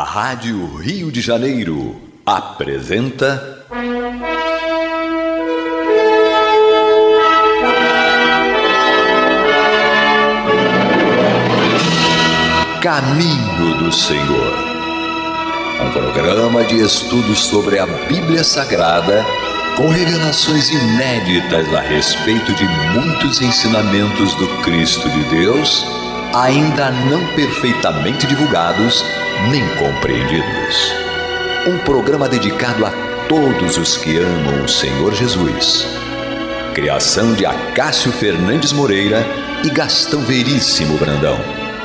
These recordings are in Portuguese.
Rádio Rio de Janeiro apresenta Caminho do Senhor, um programa de estudos sobre a Bíblia Sagrada, com revelações inéditas a respeito de muitos ensinamentos do Cristo de Deus, ainda não perfeitamente divulgados nem compreendidos. Um programa dedicado a todos os que amam o Senhor Jesus. Criação de Acácio Fernandes Moreira e Gastão Veríssimo Brandão.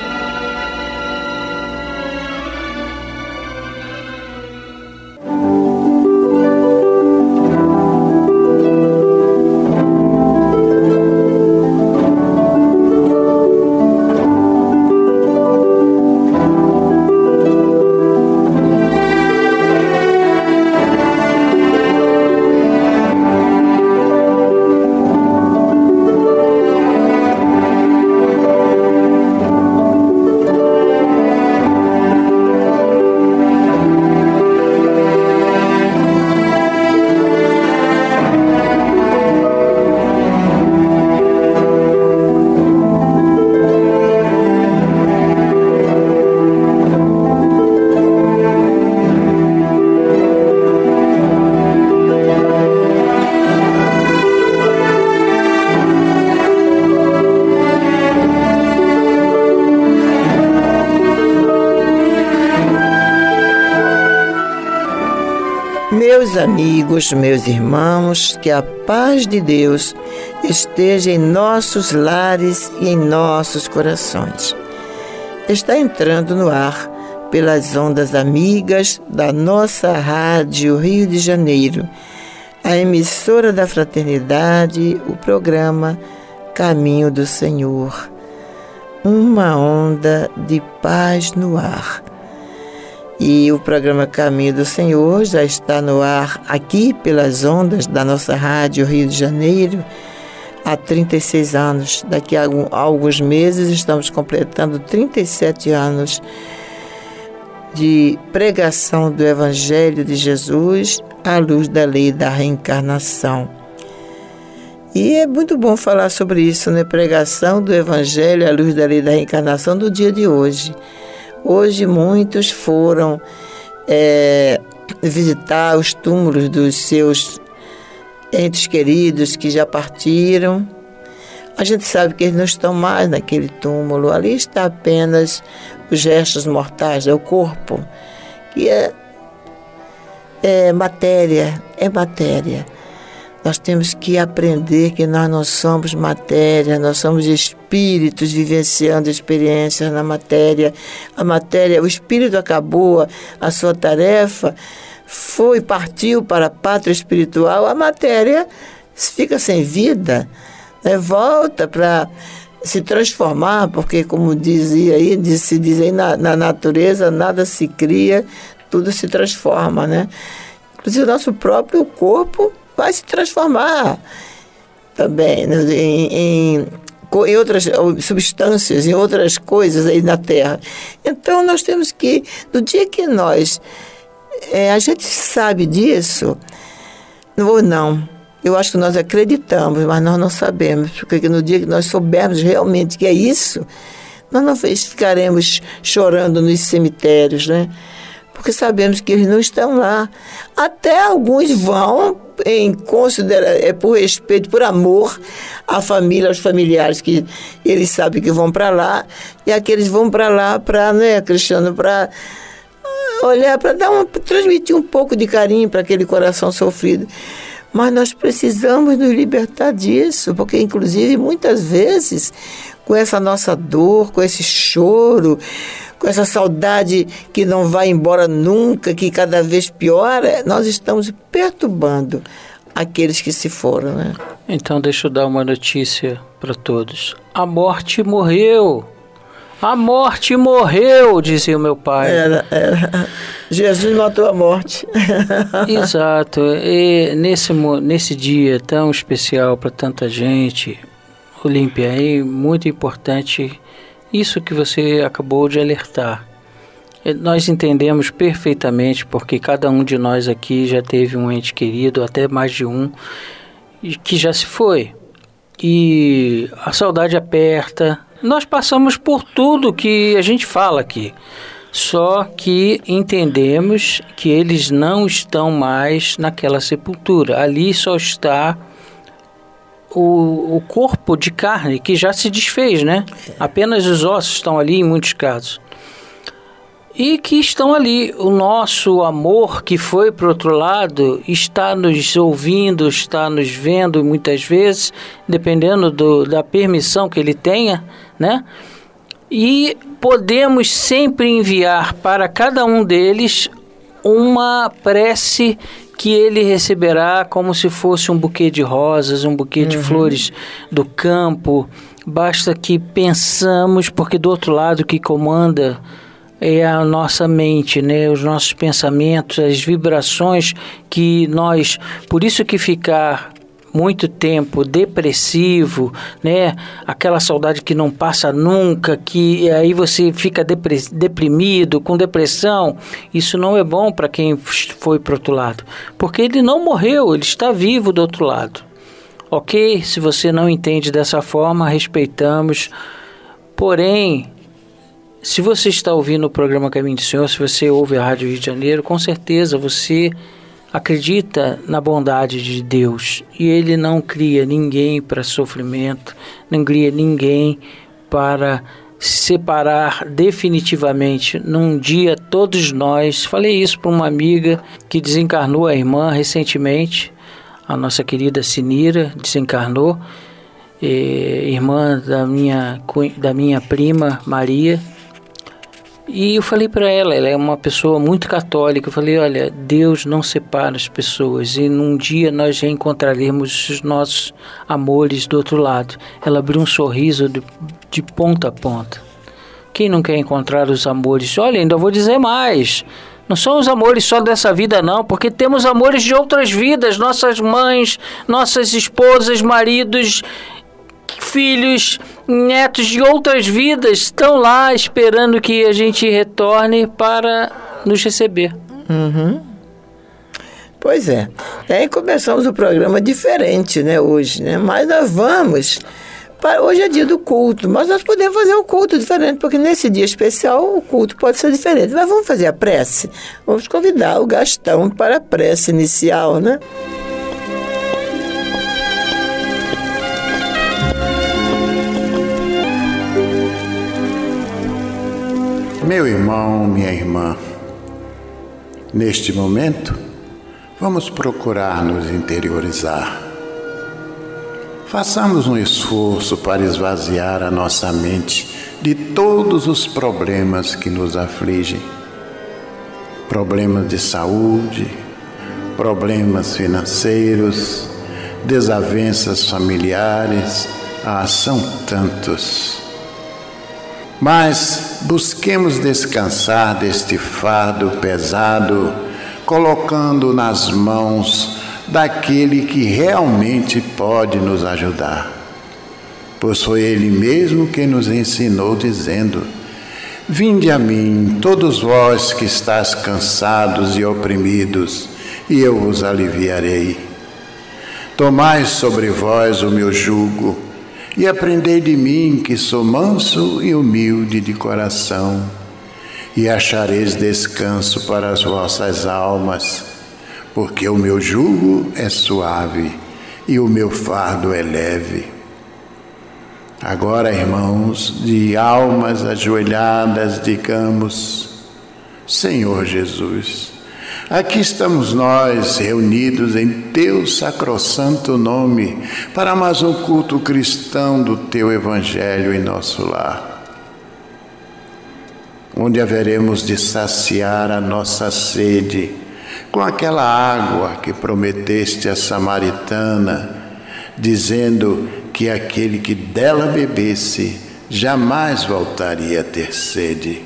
Meus amigos, meus irmãos, que a paz de Deus esteja em nossos lares e em nossos corações. Está entrando no ar, pelas ondas amigas da nossa Rádio Rio de Janeiro, a emissora da Fraternidade, o programa Caminho do Senhor. Uma onda de paz no ar. E o programa Caminho do Senhor já está no ar aqui pelas ondas da nossa Rádio Rio de Janeiro há 36 anos. Daqui a alguns meses estamos completando 37 anos de pregação do Evangelho de Jesus à luz da lei da reencarnação. E é muito bom falar sobre isso, né? Pregação do Evangelho à luz da lei da reencarnação do dia de hoje. Hoje muitos foram visitar os túmulos dos seus entes queridos que já partiram. A gente sabe que eles não estão mais naquele túmulo. Ali está apenas os restos mortais, é o corpo, que é matéria. Nós temos que aprender que nós não somos matéria, nós somos espíritos vivenciando experiências na matéria. A matéria, o espírito acabou a sua tarefa, partiu para a pátria espiritual, a matéria fica sem vida, né? Volta para se transformar, porque como se diz aí na natureza, nada se cria, tudo se transforma, né? Inclusive o nosso próprio corpo vai se transformar também, né, em outras substâncias, em outras coisas aí na Terra. Então nós temos que, no dia que a gente sabe disso, eu acho que nós acreditamos, mas nós não sabemos, porque no dia que nós soubermos realmente que é isso, nós não ficaremos chorando nos cemitérios, né? Porque sabemos que eles não estão lá. Até alguns vão por respeito, por amor à família, aos familiares, que eles sabem que vão para lá, e aqueles vão para lá para, né, Cristiano, para olhar, para transmitir um pouco de carinho para aquele coração sofrido. Mas nós precisamos nos libertar disso, porque, inclusive, muitas vezes, com essa nossa dor, com esse choro, com essa saudade que não vai embora nunca, que cada vez piora, nós estamos perturbando aqueles que se foram, né? Então, deixa eu dar uma notícia para todos. A morte morreu! A morte morreu, dizia o meu pai. Jesus matou a morte. Exato. E nesse dia tão especial para tanta gente, Olímpia, é muito importante isso que você acabou de alertar. Nós entendemos perfeitamente, porque cada um de nós aqui já teve um ente querido, até mais de um, que já se foi. E a saudade aperta. Nós passamos por tudo que a gente fala aqui. Só que entendemos que eles não estão mais naquela sepultura. Ali só está o corpo de carne, que já se desfez, né? Apenas os ossos estão ali em muitos casos. E que estão ali. O nosso amor que foi para o outro lado está nos ouvindo, está nos vendo muitas vezes, dependendo da permissão que ele tenha, né? E podemos sempre enviar para cada um deles uma prece que ele receberá como se fosse um buquê de rosas, um buquê de flores do campo. Basta que pensamos, porque do outro lado que comanda é a nossa mente, né? Os nossos pensamentos, as vibrações que nós... Por isso que ficar muito tempo depressivo, né? Aquela saudade que não passa nunca, que aí você fica deprimido, com depressão, isso não é bom para quem foi para o outro lado, porque ele não morreu, ele está vivo do outro lado. Ok? Se você não entende dessa forma, respeitamos. Porém, se você está ouvindo o programa Caminho do Senhor, se você ouve a Rádio Rio de Janeiro, com certeza você acredita na bondade de Deus, e Ele não cria ninguém para sofrimento, não cria ninguém para se separar definitivamente. Num dia todos nós, falei isso para uma amiga que desencarnou, a irmã, recentemente, a nossa querida Sinira desencarnou, irmã da minha prima Maria. E eu falei para ela é uma pessoa muito católica, eu falei, olha, Deus não separa as pessoas, e num dia nós reencontraremos os nossos amores do outro lado. Ela abriu um sorriso de ponta a ponta. Quem não quer encontrar os amores? Olha, ainda vou dizer mais, não são os amores só dessa vida não, porque temos amores de outras vidas, nossas mães, nossas esposas, maridos, filhos, netos de outras vidas estão lá esperando que a gente retorne para nos receber. Pois é. E aí começamos o programa diferente, né, hoje, né? Mas nós vamos... Hoje é dia do culto, mas nós podemos fazer um culto diferente, porque nesse dia especial o culto pode ser diferente. Mas vamos fazer a prece? Vamos convidar o Gastão para a prece inicial, né? Meu irmão, minha irmã, neste momento, vamos procurar nos interiorizar. Façamos um esforço para esvaziar a nossa mente de todos os problemas que nos afligem. Problemas de saúde, problemas financeiros, desavenças familiares, são tantos. Mas busquemos descansar deste fardo pesado, colocando nas mãos daquele que realmente pode nos ajudar. Pois foi Ele mesmo que nos ensinou, dizendo: vinde a mim, todos vós que estáis cansados e oprimidos, e eu vos aliviarei. Tomai sobre vós o meu jugo, e aprendei de mim, que sou manso e humilde de coração, e achareis descanso para as vossas almas, porque o meu jugo é suave e o meu fardo é leve. Agora, irmãos, de almas ajoelhadas, digamos: Senhor Jesus, aqui estamos nós reunidos em Teu sacrossanto nome para mais um culto cristão do Teu Evangelho em nosso lar, onde haveremos de saciar a nossa sede com aquela água que prometeste à samaritana, dizendo que aquele que dela bebesse jamais voltaria a ter sede.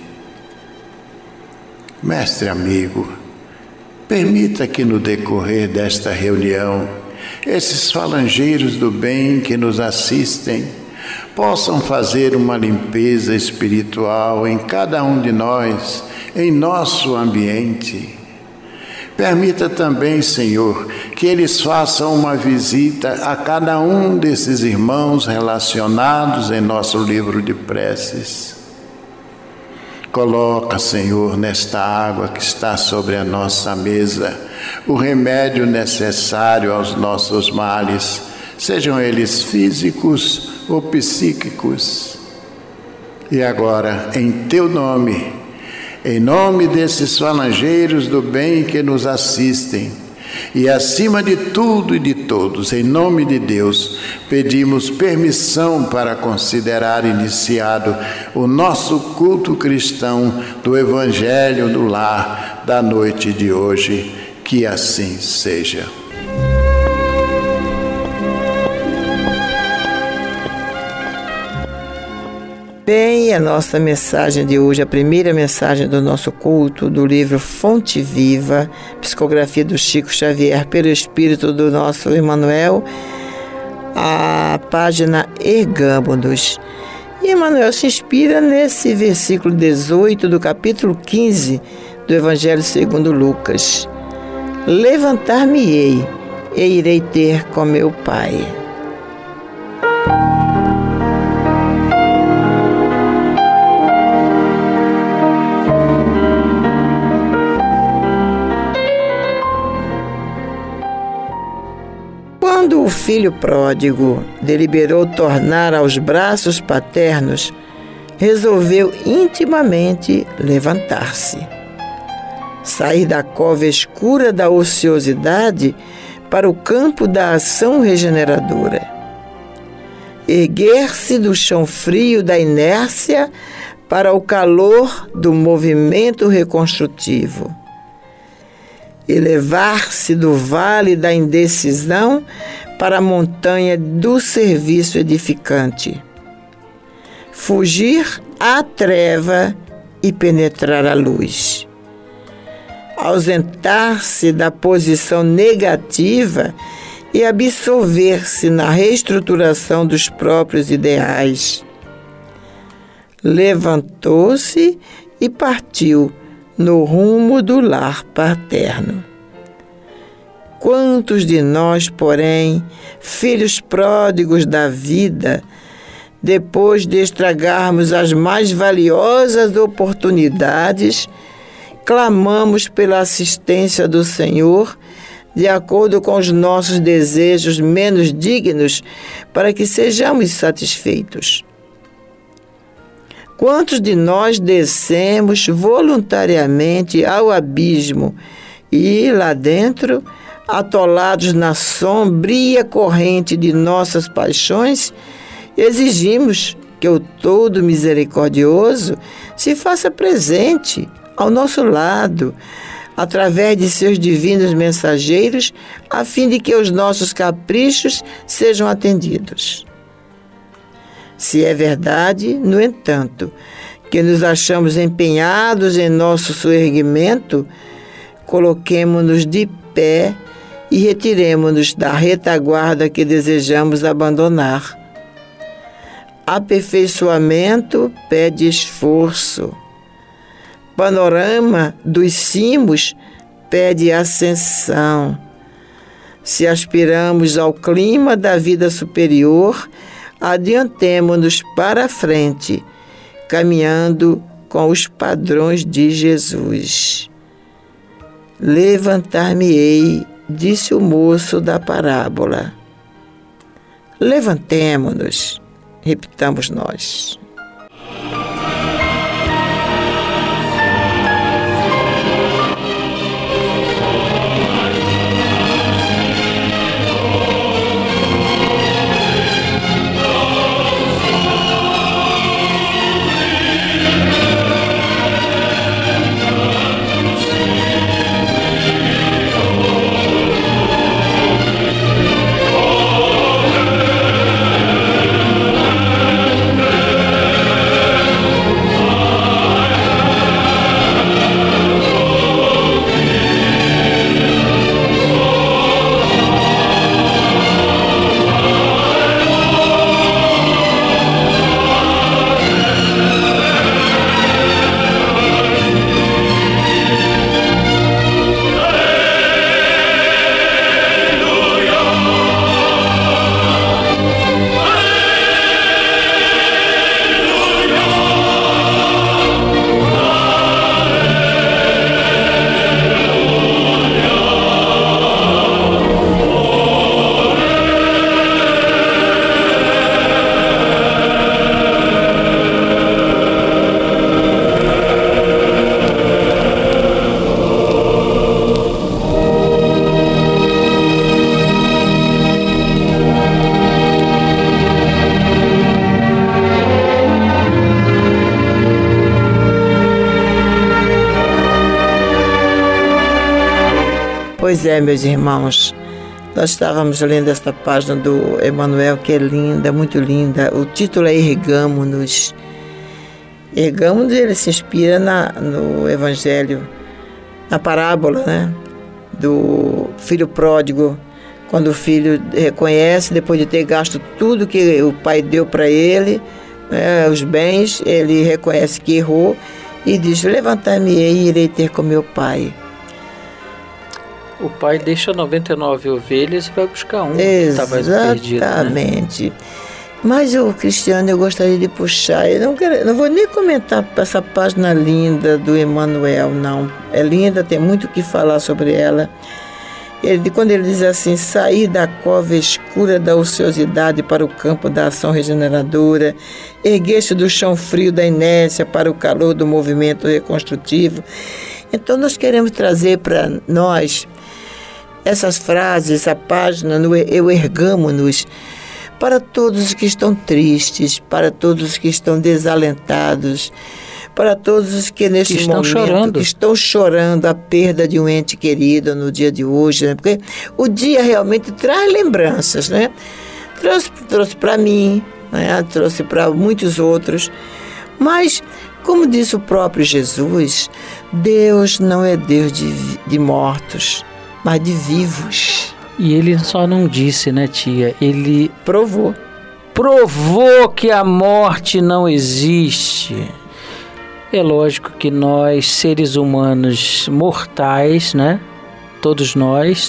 Mestre amigo, permita que no decorrer desta reunião, esses falangeiros do bem que nos assistem possam fazer uma limpeza espiritual em cada um de nós, em nosso ambiente. Permita também, Senhor, que eles façam uma visita a cada um desses irmãos relacionados em nosso livro de preces. Coloca, Senhor, nesta água que está sobre a nossa mesa, o remédio necessário aos nossos males, sejam eles físicos ou psíquicos. E agora, em Teu nome, em nome desses falangeiros do bem que nos assistem, e acima de tudo e de todos, em nome de Deus, pedimos permissão para considerar iniciado o nosso culto cristão do Evangelho do Lar da noite de hoje. Que assim seja. Bem, a nossa mensagem de hoje, a primeira mensagem do nosso culto, do livro Fonte Viva, psicografia do Chico Xavier, pelo Espírito do nosso Emmanuel, a página Ergamo-nos. E Emmanuel se inspira nesse versículo 18 do capítulo 15 do Evangelho segundo Lucas. Levantar-me-ei e irei ter com meu Pai. Quando o filho pródigo deliberou tornar aos braços paternos, resolveu intimamente levantar-se, sair da cova escura da ociosidade para o campo da ação regeneradora, erguer-se do chão frio da inércia para o calor do movimento reconstrutivo, elevar-se do vale da indecisão para a montanha do serviço edificante, fugir à treva e penetrar a luz, ausentar-se da posição negativa e absolver-se na reestruturação dos próprios ideais. Levantou-se e partiu no rumo do lar paterno. Quantos de nós, porém, filhos pródigos da vida, depois de estragarmos as mais valiosas oportunidades, clamamos pela assistência do Senhor, de acordo com os nossos desejos menos dignos, para que sejamos satisfeitos? Quantos de nós descemos voluntariamente ao abismo e, lá dentro, atolados na sombria corrente de nossas paixões, exigimos que o Todo Misericordioso se faça presente ao nosso lado, através de seus divinos mensageiros, a fim de que os nossos caprichos sejam atendidos? Se é verdade, no entanto, que nos achamos empenhados em nosso soerguimento, coloquemo-nos de pé e retiremo-nos da retaguarda que desejamos abandonar. Aperfeiçoamento pede esforço. Panorama dos cimos pede ascensão. Se aspiramos ao clima da vida superior, adiantemo-nos para a frente, caminhando com os padrões de Jesus. Levantar-me-ei, disse o moço da parábola. Levantemo-nos, repitamos nós. Pois é, meus irmãos, nós estávamos lendo esta página do Emmanuel, que é linda, muito linda. O título é Ergamo-nos. Ergamo-nos, ele se inspira no Evangelho, na parábola, né, do filho pródigo, quando o filho reconhece, depois de ter gasto tudo que o pai deu para ele, né, os bens, ele reconhece que errou e diz: levantar-me-ei e irei ter com meu pai. O pai deixa 99 ovelhas e vai buscar um que estava perdido. Exatamente. Né? Mas o Cristiano, eu gostaria de puxar, eu não vou nem comentar essa página linda do Emmanuel, não. É linda, tem muito o que falar sobre ela. Quando ele diz assim: sair da cova escura da ociosidade para o campo da ação regeneradora, erguer-se do chão frio da inércia para o calor do movimento reconstrutivo. Então nós queremos trazer para nós essas frases, a página no Eu Ergamo-nos, para todos os que estão tristes, para todos os que estão desalentados, para todos os que neste momento estão chorando a perda de um ente querido no dia de hoje, né? Porque o dia realmente traz lembranças, né? Trouxe para mim, né? Trouxe para muitos outros, mas, como disse o próprio Jesus, Deus não é Deus de mortos, mas de vivos. E ele só não disse, né, tia? Ele provou que a morte não existe. É lógico que nós, seres humanos mortais, né? Todos nós,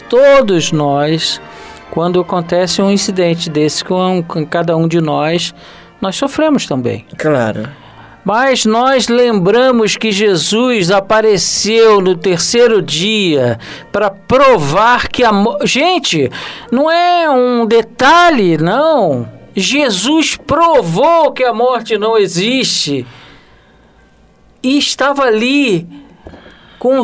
quando acontece um incidente desse com cada um de nós sofremos também. Claro. Mas nós lembramos que Jesus apareceu no terceiro dia para provar que a morte... Gente, não é um detalhe, não. Jesus provou que a morte não existe. E estava ali com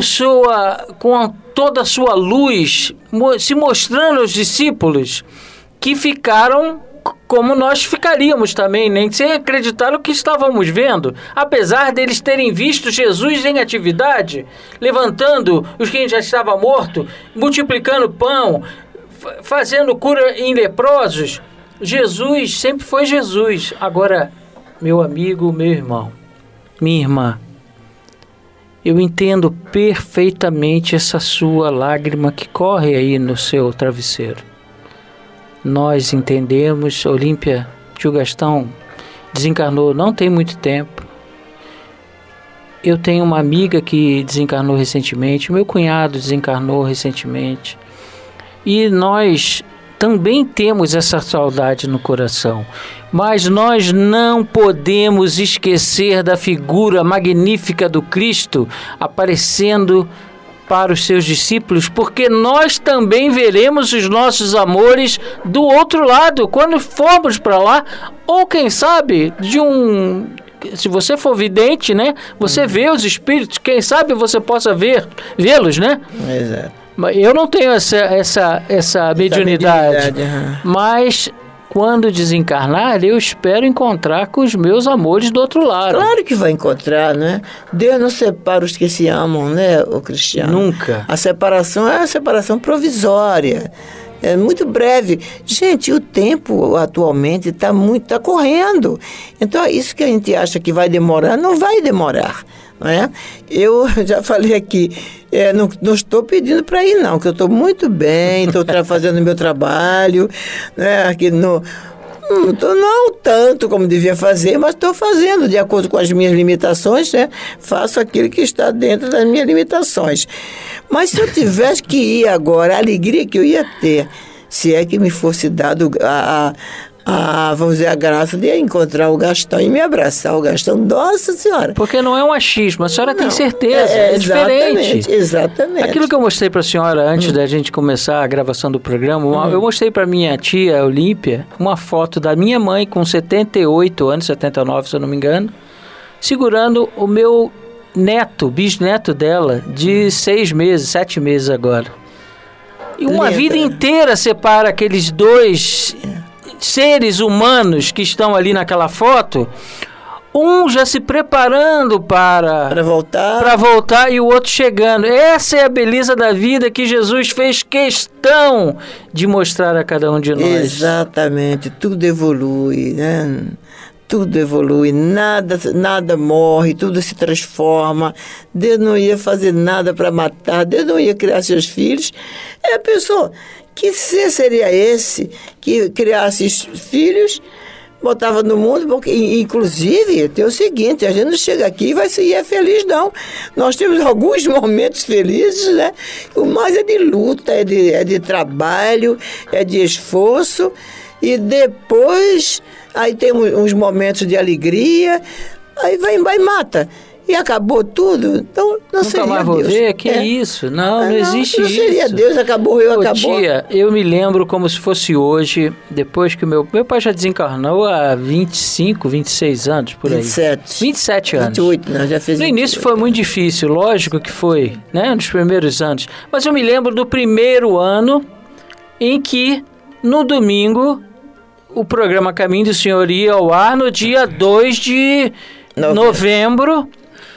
toda a sua luz, se mostrando aos discípulos, que ficaram como nós ficaríamos também, nem sem acreditar no que estávamos vendo. Apesar deles terem visto Jesus em atividade, levantando os que já estavam mortos, multiplicando pão, fazendo cura em leprosos, Jesus sempre foi Jesus. Agora, meu amigo, meu irmão, minha irmã, eu entendo perfeitamente essa sua lágrima que corre aí no seu travesseiro. Nós entendemos. Olímpia, tio Gastão desencarnou não tem muito tempo. Eu tenho uma amiga que desencarnou recentemente, meu cunhado desencarnou recentemente. E nós também temos essa saudade no coração. Mas nós não podemos esquecer da figura magnífica do Cristo aparecendo para os seus discípulos, porque nós também veremos os nossos amores do outro lado, quando formos para lá, ou quem sabe, se você for vidente, né, você vê os espíritos, quem sabe você possa vê-los, né? Exato. Eu não tenho essa mediunidade, mas quando desencarnar, eu espero encontrar com os meus amores do outro lado. Claro que vai encontrar, né? Deus não separa os que se amam, né, o Cristiano? Nunca. A separação é a separação provisória. É muito breve. Gente, o tempo atualmente está correndo. Então, isso que a gente acha que vai demorar, não vai demorar. Não é? Eu já falei aqui, não estou pedindo para ir, não, que eu estou muito bem, estou fazendo o meu trabalho, né? Aqui não tanto como devia fazer, mas estou fazendo de acordo com as minhas limitações, né? Faço aquilo que está dentro das minhas limitações. Mas se eu tivesse que ir agora, a alegria que eu ia ter, se é que me fosse dado vamos dizer, a graça de encontrar o Gastão e me abraçar o Gastão. Nossa Senhora! Porque não é um achismo, a senhora tem certeza, é diferente. Exatamente. Aquilo que eu mostrei para a senhora antes da gente começar a gravação do programa, eu mostrei para minha tia Olímpia uma foto da minha mãe com 78 anos, 79 se eu não me engano, segurando o meu bisneto dela, de 7 meses agora. E uma vida inteira separa aqueles dois seres humanos que estão ali naquela foto. Um já se preparando para voltar e o outro chegando. Essa é a beleza da vida que Jesus fez questão de mostrar a cada um de nós. Exatamente, tudo evolui, né? Tudo evolui, nada morre, tudo se transforma. Deus não ia fazer nada para matar, Deus não ia criar seus filhos. É a pessoa, que ser seria esse que criasse filhos, botava no mundo, porque, inclusive, tem o seguinte, a gente não chega aqui e vai ser feliz, não. Nós temos alguns momentos felizes, né? O mais é de luta, é de trabalho, é de esforço, e depois aí tem uns momentos de alegria, aí vai e mata. E acabou tudo, então não seria mais vou Deus. Ver, que isso? Não existe isso. Não seria Deus, acabou, acabou. Tia, eu me lembro como se fosse hoje, depois que meu pai já desencarnou há 25, 26 anos, por aí. 27 anos. 28, né? Já fez 28. No início foi muito difícil, lógico que foi, né? Nos primeiros anos. Mas eu me lembro do primeiro ano em que, no domingo, o programa Caminho do Senhor ia ao ar no dia 2 de novembro.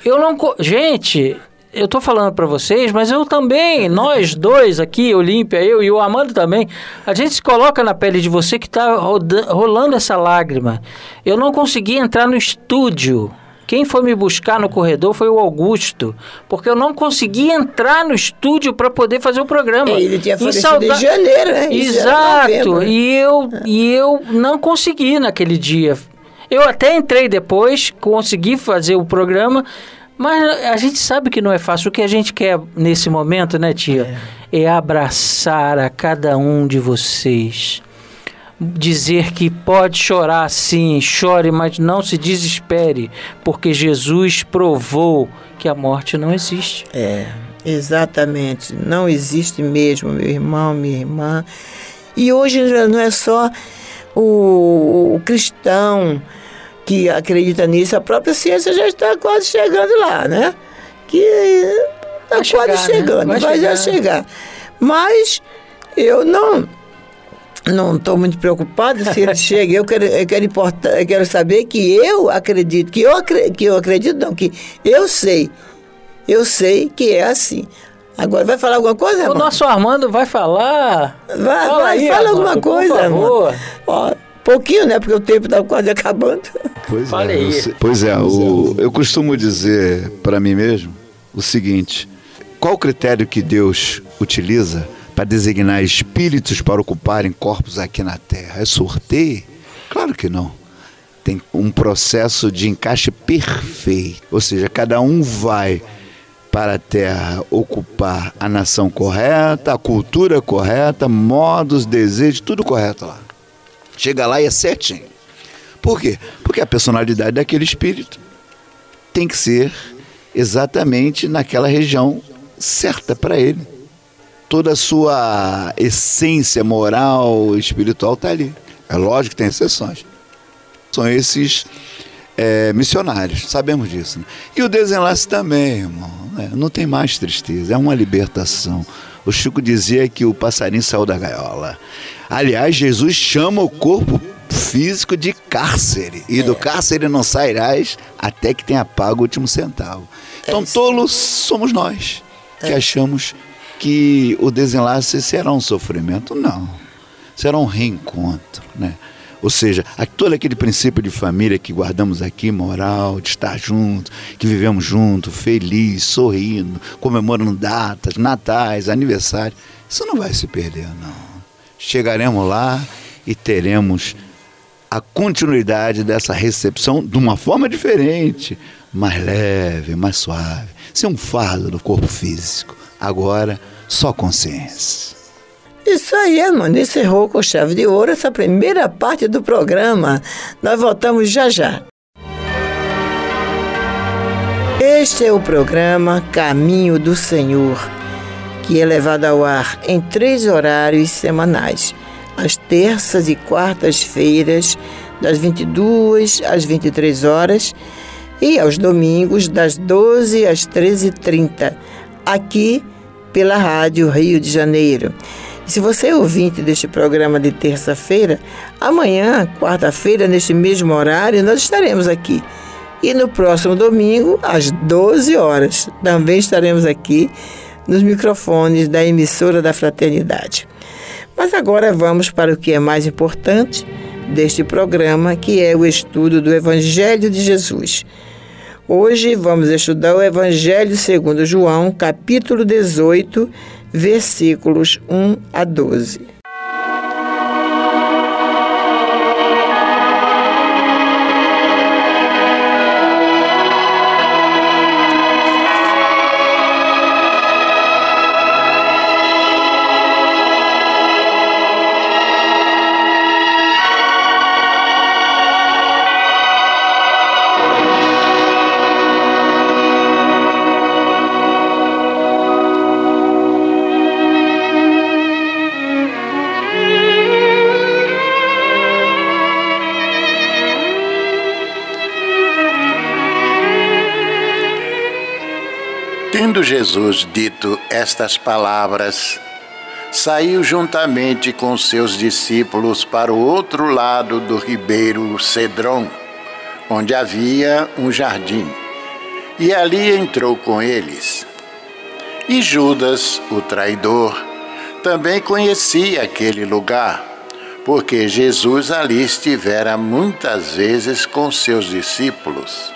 Gente, eu tô falando para vocês, mas eu também, nós dois aqui, Olímpia, eu e o Amando também, a gente se coloca na pele de você que tá rolando essa lágrima. Eu não consegui entrar no estúdio. Quem foi me buscar no corredor foi o Augusto, porque eu não consegui entrar no estúdio para poder fazer o programa. Ele tinha falecido em janeiro, né? Exato, e eu não consegui naquele dia. Eu até entrei depois, consegui fazer o programa, mas a gente sabe que não é fácil. O que a gente quer nesse momento, né, tia? É abraçar a cada um de vocês. Dizer que pode chorar sim, chore, mas não se desespere, porque Jesus provou que a morte não existe. Exatamente. Não existe mesmo, meu irmão, minha irmã. E hoje não é só o cristão que acredita nisso, a própria ciência já está quase chegando lá, né? Que está quase chegando, né? Vai já chegar. Mas eu não estou muito preocupada se ele chega. Eu quero saber que eu acredito, que eu sei que é assim. Agora, vai falar alguma coisa, irmão? O nosso Armando vai falar. Fala alguma coisa, por favor. Ó, pouquinho, né? Porque o tempo está quase acabando. Pois é, eu costumo dizer para mim mesmo o seguinte: qual o critério que Deus utiliza para designar espíritos para ocuparem corpos aqui na Terra? É sorteio? Claro que não. Tem um processo de encaixe perfeito, ou seja, cada um vai para a Terra ocupar a nação correta, a cultura correta, modos, desejos, tudo correto lá. Chega lá e é certinho. Por quê? Porque a personalidade daquele espírito tem que ser exatamente naquela região certa para ele. Toda a sua essência moral, espiritual está ali. É lógico que tem exceções. São esses missionários, sabemos disso, né? E o desenlace também, irmão, não tem mais tristeza, é uma libertação. O Chico dizia que o passarinho saiu da gaiola. Aliás, Jesus chama o corpo físico de cárcere, e do cárcere não sairás até que tenha pago o último centavo. Então tolos somos nós que achamos que o desenlace será um sofrimento. Não, será um reencontro, né? Ou seja, todo aquele princípio de família que guardamos aqui, moral, de estar junto, que vivemos junto, feliz, sorrindo, comemorando datas, natais, aniversários, isso não vai se perder, não. Chegaremos lá e teremos a continuidade dessa recepção de uma forma diferente, mais leve, mais suave, sem um fardo no corpo físico. Agora, só consciência. Isso aí, mano. Encerrou com chave de ouro essa primeira parte do programa. Nós voltamos já já. Este é o programa Caminho do Senhor, que é levado ao ar em 3 horários semanais. Às terças e quartas-feiras, das 22 às 23 horas, e aos domingos, das 12 às 13h30, aqui pela Rádio Rio de Janeiro. E se você é ouvinte deste programa de terça-feira, amanhã, quarta-feira, neste mesmo horário, nós estaremos aqui E no próximo domingo, às 12 horas, também estaremos aqui nos microfones da emissora da Fraternidade. Mas agora vamos para o que é mais importante deste programa, que é o estudo do Evangelho de Jesus. Hoje vamos estudar o Evangelho segundo João, capítulo 18, versículos 1 a 12. Tendo Jesus dito estas palavras, saiu juntamente com seus discípulos para o outro lado do ribeiro Cedron, onde havia um jardim, e ali entrou com eles. E Judas, o traidor, também conhecia aquele lugar, porque Jesus ali estivera muitas vezes com seus discípulos.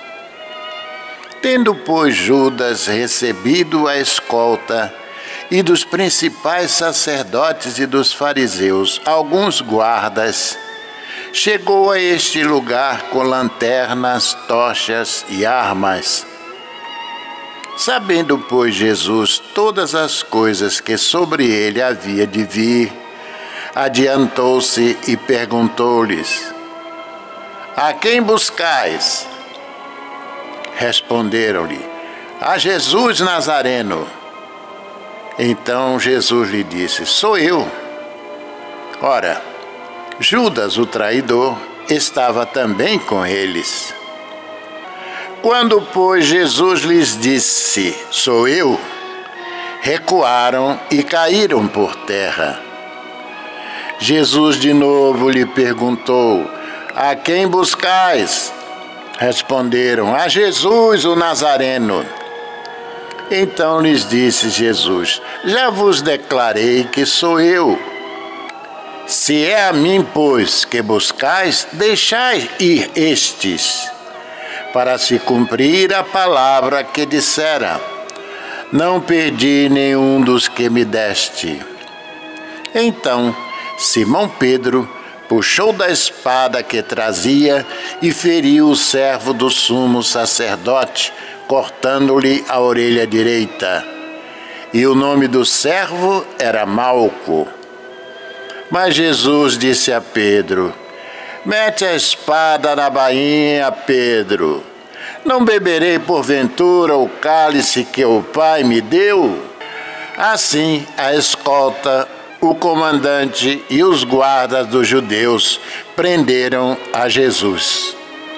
Tendo, pois, Judas recebido a escolta e dos principais sacerdotes e dos fariseus alguns guardas, chegou a este lugar com lanternas, tochas e armas. Sabendo, pois, Jesus todas as coisas que sobre ele havia de vir, adiantou-se e perguntou-lhes: A quem buscais? Responderam-lhe: A Jesus Nazareno. Então Jesus lhe disse: Sou eu. Ora, Judas, o traidor, estava também com eles. Quando, pois, Jesus lhes disse: Sou eu, recuaram e caíram por terra. Jesus de novo lhe perguntou: A quem buscais? Responderam: A Jesus, o Nazareno. Então lhes disse Jesus: Já vos declarei que sou eu. Se é a mim, pois, que buscais, deixai ir estes, para se cumprir a palavra que dissera: Não perdi nenhum dos que me deste. Então Simão Pedro puxou da espada que trazia e feriu o servo do sumo sacerdote, cortando-lhe a orelha direita. E o nome do servo era Malco. Mas Jesus disse a Pedro: Mete a espada na bainha, Pedro. Não beberei porventura o cálice que o Pai me deu? Assim, a escolta, o comandante e os guardas dos judeus prenderam a Jesus.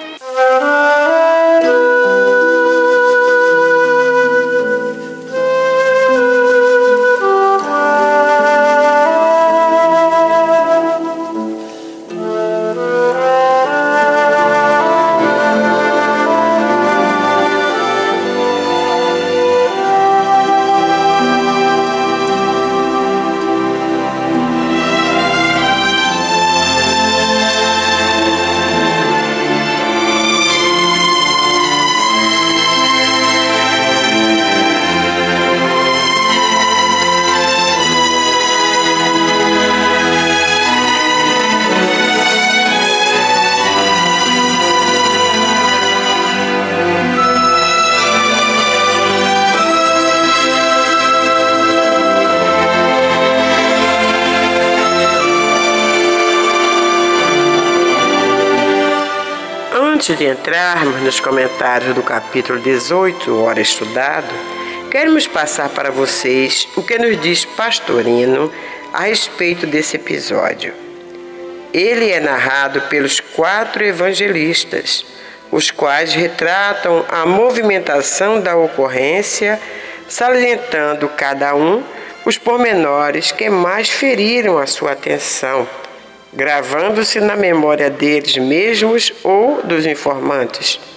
Antes de entrarmos nos comentários do capítulo 18, Hora Estudado, queremos passar para vocês o que nos diz Pastorino a respeito desse episódio. Ele é narrado pelos 4 evangelistas, os quais retratam a movimentação da ocorrência, salientando cada um os pormenores que mais feriram a sua atenção, gravando-se na memória deles mesmos ou dos informantes.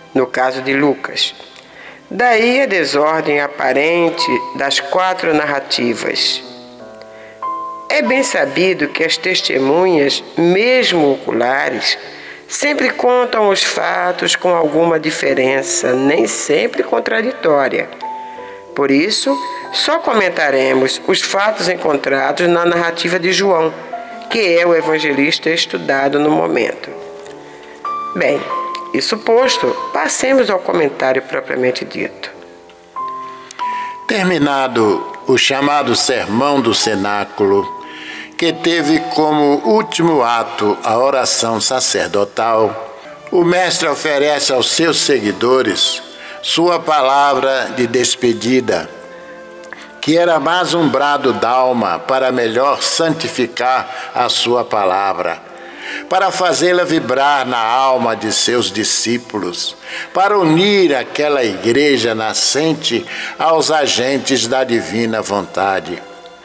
no caso de Lucas. Daí a desordem aparente das 4 narrativas. É bem sabido que as testemunhas, mesmo oculares, sempre contam os fatos com alguma diferença, nem sempre contraditória. Por isso, só comentaremos os fatos encontrados na narrativa de João, que é o evangelista estudado no momento. Bem, isso posto, passemos ao comentário propriamente dito. Terminado o chamado Sermão do Cenáculo, que teve como último ato a oração sacerdotal, o mestre oferece aos seus seguidores sua palavra de despedida, que era mais um brado d'alma para melhor santificar a sua palavra, para fazê-la vibrar na alma de seus discípulos, para unir aquela igreja nascente aos agentes da divina vontade,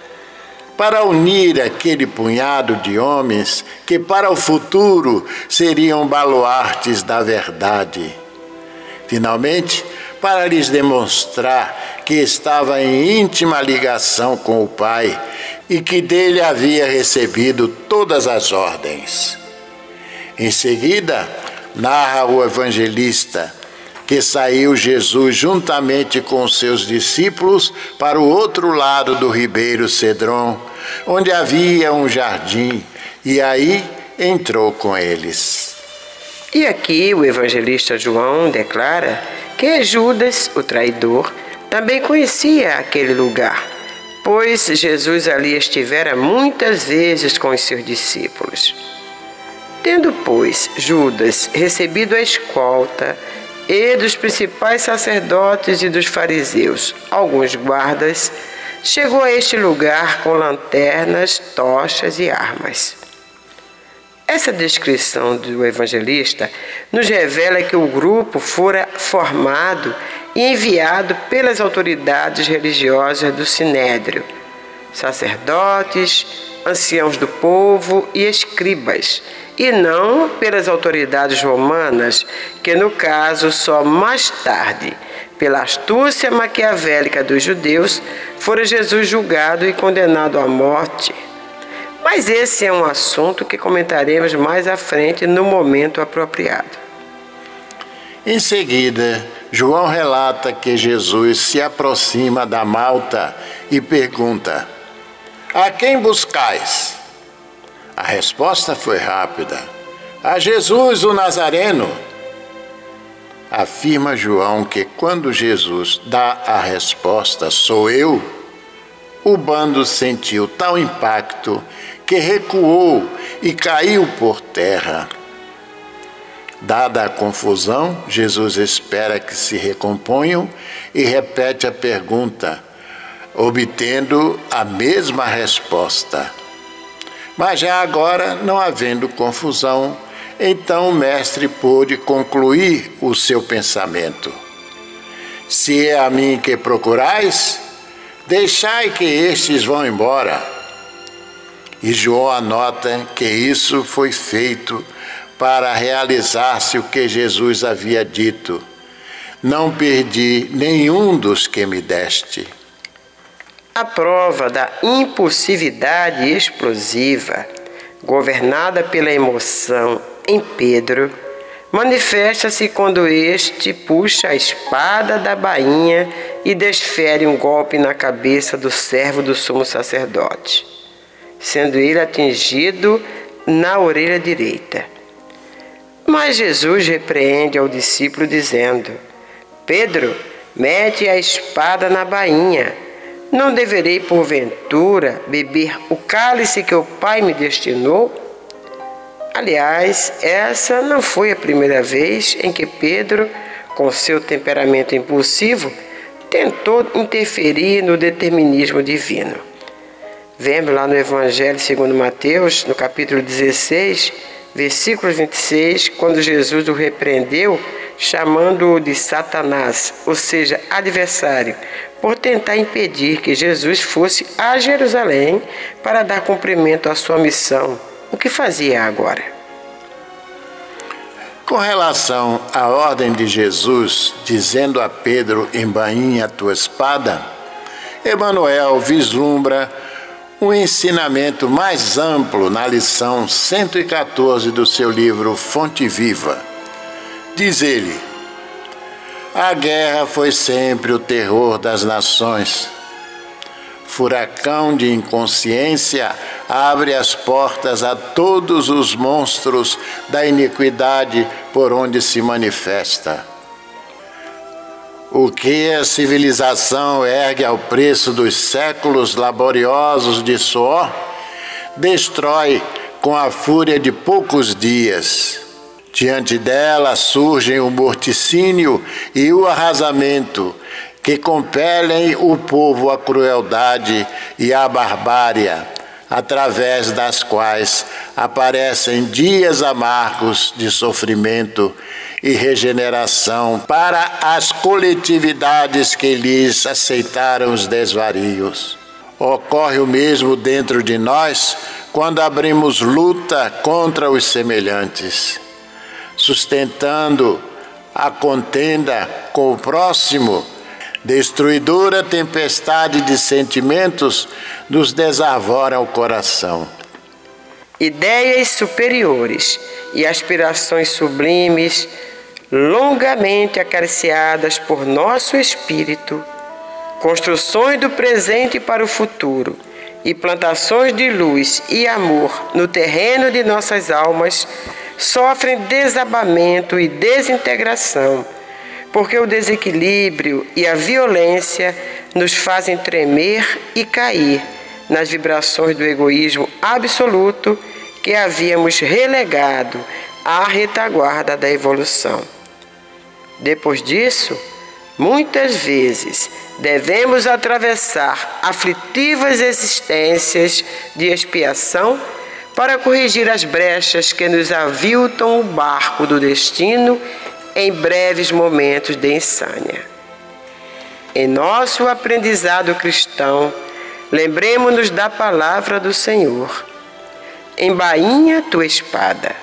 para unir aquele punhado de homens que para o futuro seriam baluartes da verdade. Finalmente, para lhes demonstrar que estava em íntima ligação com o Pai e que dele havia recebido todas as ordens. Em seguida, narra o evangelista que saiu Jesus juntamente com seus discípulos para o outro lado do ribeiro Cedron, onde havia um jardim, e aí entrou com eles. E aqui o evangelista João declara que Judas, o traidor, também conhecia aquele lugar, pois Jesus ali estivera muitas vezes com os seus discípulos. Tendo, pois, Judas recebido a escolta e dos principais sacerdotes e dos fariseus alguns guardas, chegou a este lugar com lanternas, tochas e armas. Essa descrição do evangelista nos revela que o grupo fora formado e enviado pelas autoridades religiosas do Sinédrio, sacerdotes, anciãos do povo e escribas, e não pelas autoridades romanas, que no caso só mais tarde, pela astúcia maquiavélica dos judeus, fora Jesus julgado e condenado à morte. Mas esse é um assunto que comentaremos mais à frente no momento apropriado. Em seguida, João relata que Jesus se aproxima da malta e pergunta: "A quem buscais?" A resposta foi rápida: "A Jesus, o Nazareno." Afirma João que quando Jesus dá a resposta, "Sou eu", o bando sentiu tal impacto que recuou e caiu por terra. Dada a confusão, Jesus espera que se recomponham e repete a pergunta, obtendo a mesma resposta. Mas já agora, não havendo confusão, então o mestre pôde concluir o seu pensamento. "Se é a mim que procurais, deixai que estes vão embora." E João anota que isso foi feito para realizar-se o que Jesus havia dito: "Não perdi nenhum dos que me deste." A prova da impulsividade explosiva, governada pela emoção em Pedro, manifesta-se quando este puxa a espada da bainha e desfere um golpe na cabeça do servo do sumo sacerdote, sendo ele atingido na orelha direita. Mas Jesus repreende ao discípulo dizendo: "Pedro, mete a espada na bainha. Não deverei, porventura, beber o cálice que o Pai me destinou?" Aliás, essa não foi a primeira vez em que Pedro, com seu temperamento impulsivo, tentou interferir no determinismo divino. Vemos lá no Evangelho segundo Mateus, no capítulo 16, versículo 26, quando Jesus o repreendeu, chamando-o de Satanás, ou seja, adversário, por tentar impedir que Jesus fosse a Jerusalém para dar cumprimento à sua missão. O que fazia agora? Com relação à ordem de Jesus, dizendo a Pedro: embainha a tua espada, Emmanuel vislumbra um ensinamento mais amplo na lição 114 do seu livro Fonte Viva. Diz ele: a guerra foi sempre o terror das nações. Furacão de inconsciência abre as portas a todos os monstros da iniquidade por onde se manifesta. O que a civilização ergue ao preço dos séculos laboriosos de suor, destrói com a fúria de poucos dias. Diante dela surgem o morticínio e o arrasamento, que compelem o povo à crueldade e à barbárie, através das quais aparecem dias amargos de sofrimento e regeneração para as coletividades que lhes aceitaram os desvarios. Ocorre o mesmo dentro de nós quando abrimos luta contra os semelhantes, sustentando a contenda com o próximo. Destruidora tempestade de sentimentos nos desarvora o coração. Ideias superiores e aspirações sublimes, longamente acariciadas por nosso espírito, construções do presente para o futuro e plantações de luz e amor no terreno de nossas almas, sofrem desabamento e desintegração, porque o desequilíbrio e a violência nos fazem tremer e cair nas vibrações do egoísmo absoluto que havíamos relegado à retaguarda da evolução. Depois disso, muitas vezes devemos atravessar aflitivas existências de expiação para corrigir as brechas que nos aviltam o barco do destino em breves momentos de insânia. Em nosso aprendizado cristão, lembremos-nos da palavra do Senhor: embainha tua espada.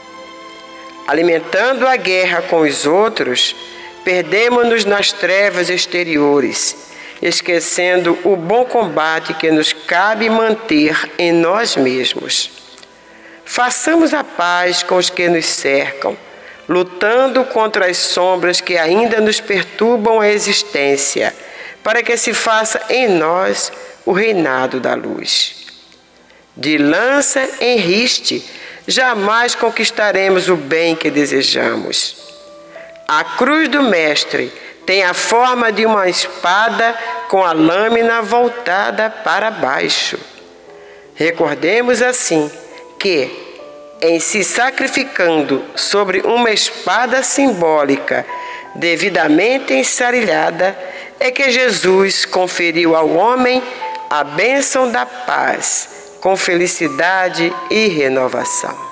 Alimentando a guerra com os outros, perdemos-nos nas trevas exteriores, esquecendo o bom combate que nos cabe manter em nós mesmos. Façamos a paz com os que nos cercam, lutando contra as sombras que ainda nos perturbam a existência, para que se faça em nós o reinado da luz. De lança em riste, jamais conquistaremos o bem que desejamos. A cruz do Mestre tem a forma de uma espada com a lâmina voltada para baixo. Recordemos assim que, em se sacrificando sobre uma espada simbólica devidamente ensarilhada, é que Jesus conferiu ao homem a bênção da paz, com felicidade e renovação.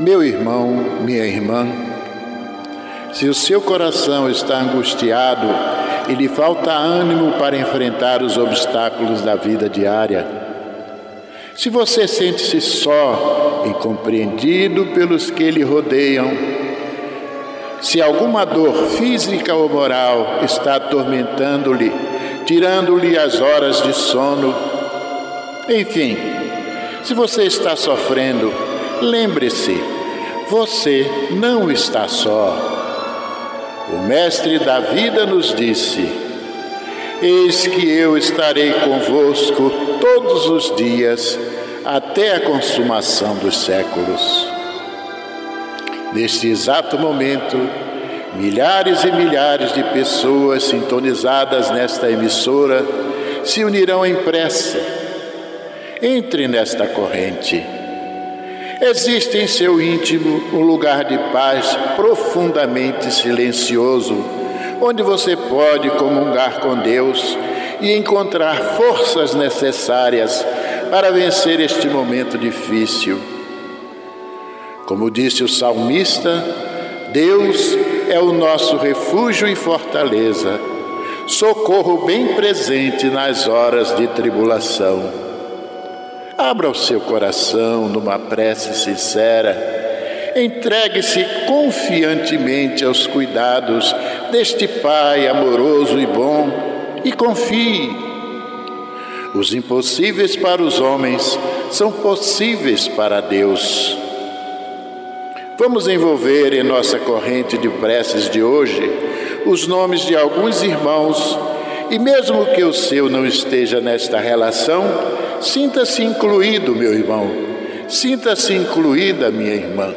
Meu irmão, minha irmã, se o seu coração está angustiado e lhe falta ânimo para enfrentar os obstáculos da vida diária, se você sente-se só e incompreendido pelos que lhe rodeiam, se alguma dor física ou moral está atormentando-lhe, tirando-lhe as horas de sono, enfim, se você está sofrendo, lembre-se, você não está só. O Mestre da vida nos disse: eis que eu estarei convosco todos os dias, até a consumação dos séculos. Neste exato momento, milhares e milhares de pessoas sintonizadas nesta emissora se unirão em prece. Entre nesta corrente. Existe em seu íntimo um lugar de paz profundamente silencioso, onde você pode comungar com Deus e encontrar forças necessárias para vencer este momento difícil. Como disse o salmista, Deus é o nosso refúgio e fortaleza, socorro bem presente nas horas de tribulação. Abra o seu coração numa prece sincera, entregue-se confiantemente aos cuidados deste Pai amoroso e bom e confie. Os impossíveis para os homens são possíveis para Deus. Vamos envolver em nossa corrente de preces de hoje os nomes de alguns irmãos e mesmo que o seu não esteja nesta relação, sinta-se incluído, meu irmão. Sinta-se incluída, minha irmã.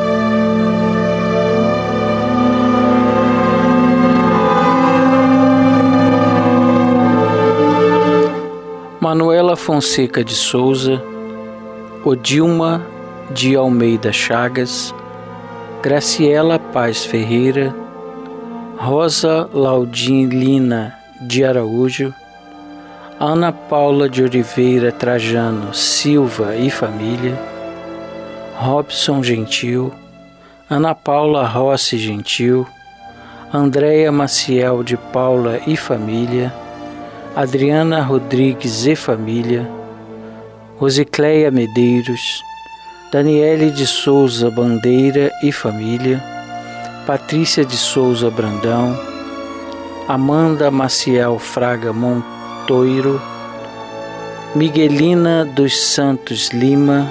Manuela Fonseca de Souza, Odilma de Almeida Chagas, Graciela Paz Ferreira, Rosa Laudilina de Araújo, Ana Paula de Oliveira Trajano Silva e família, Robson Gentil, Ana Paula Rossi Gentil, Andréia Maciel de Paula e família, Adriana Rodrigues e família, Rosicléia Medeiros, Daniele de Souza Bandeira e família, Patrícia de Souza Brandão, Amanda Maciel Fraga Montoiro, Miguelina dos Santos Lima,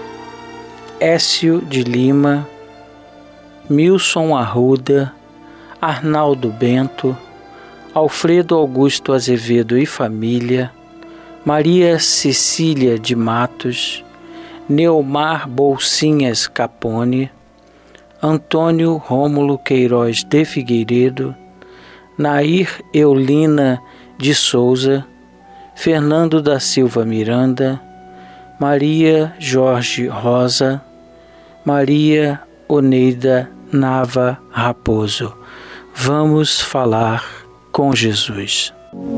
Écio de Lima, Milson Arruda, Arnaldo Bento, Alfredo Augusto Azevedo e família, Maria Cecília de Matos, Neomar Bolsinhas Capone, Antônio Rômulo Queiroz de Figueiredo, Nair Eulina de Souza, Fernando da Silva Miranda, Maria Jorge Rosa, Maria Oneida Nava Raposo. Vamos falar com Jesus.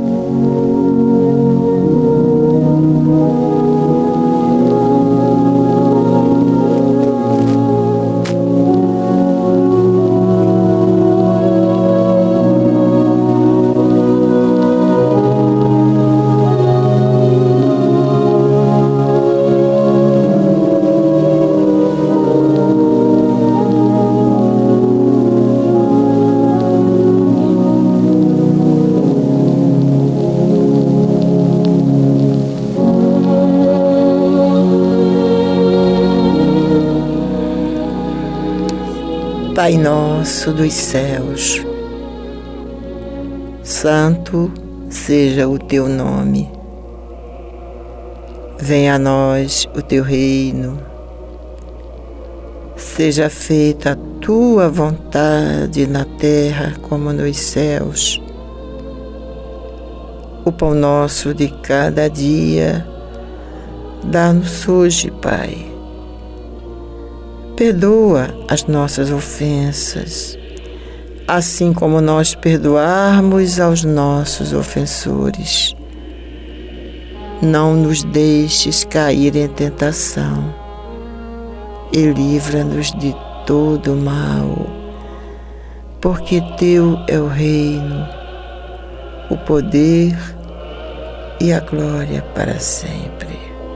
Pai nosso dos céus, santo seja o teu nome. Venha a nós o teu reino. Seja feita a tua vontade na terra como nos céus. O pão nosso de cada dia dá-nos hoje, Pai. Perdoa as nossas ofensas, assim como nós perdoarmos aos nossos ofensores. Não nos deixes cair em tentação e livra-nos de todo mal, porque teu é o reino, o poder e a glória para sempre.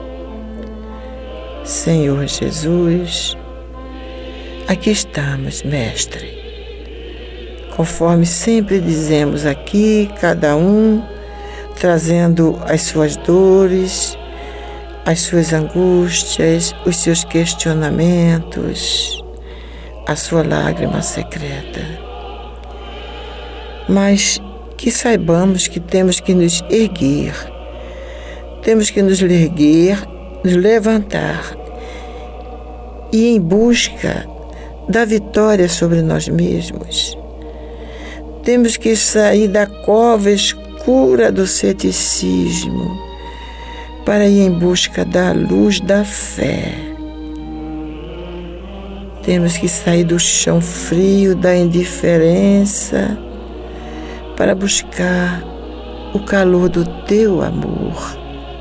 Senhor Jesus, aqui estamos, Mestre. Conforme sempre dizemos aqui, cada um trazendo as suas dores, as suas angústias, os seus questionamentos, a sua lágrima secreta. Mas que saibamos que temos que nos erguer, temos que nos erguer, nos levantar e em busca da vitória sobre nós mesmos. Temos que sair da cova escura do ceticismo para ir em busca da luz da fé. Temos que sair do chão frio da indiferença para buscar o calor do teu amor.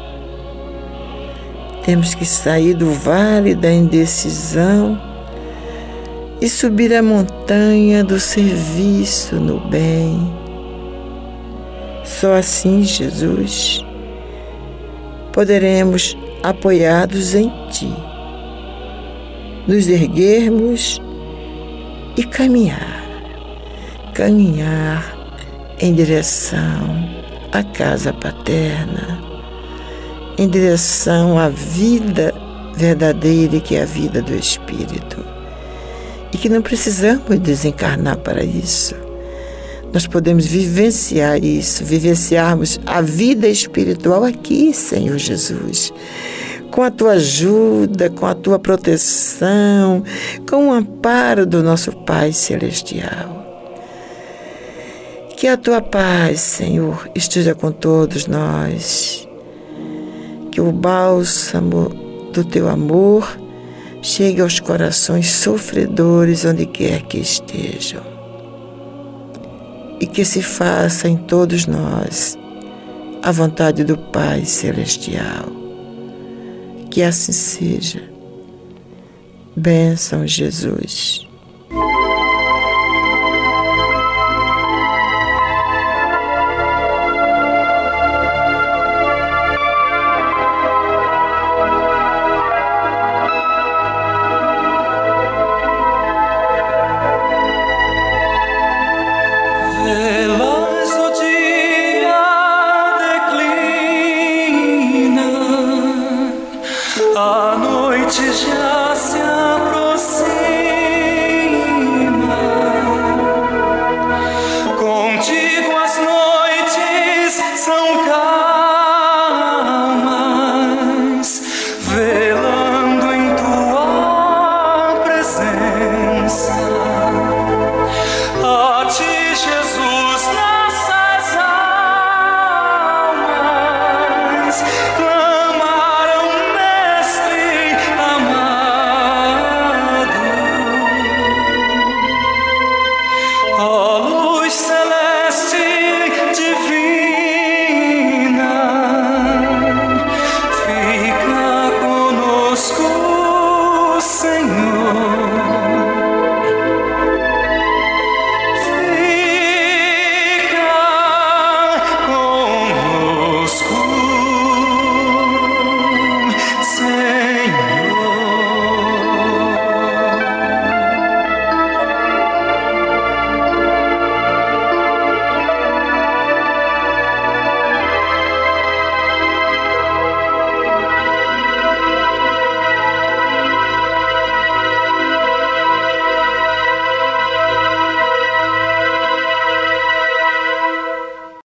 Temos que sair do vale da indecisão e subir a montanha do serviço no bem. Só assim, Jesus, poderemos, apoiados em Ti, nos erguermos e caminhar em direção à casa paterna, em direção à vida verdadeira, que é a vida do Espírito. E que não precisamos desencarnar para isso. Nós podemos vivenciar isso, vivenciarmos a vida espiritual aqui, Senhor Jesus, com a Tua ajuda, com a Tua proteção, com o amparo do nosso Pai Celestial. Que a Tua paz, Senhor, esteja com todos nós. Que o bálsamo do Teu amor chegue aos corações sofredores onde quer que estejam. E que se faça em todos nós a vontade do Pai Celestial. Que assim seja. Bênção, Jesus. A noite já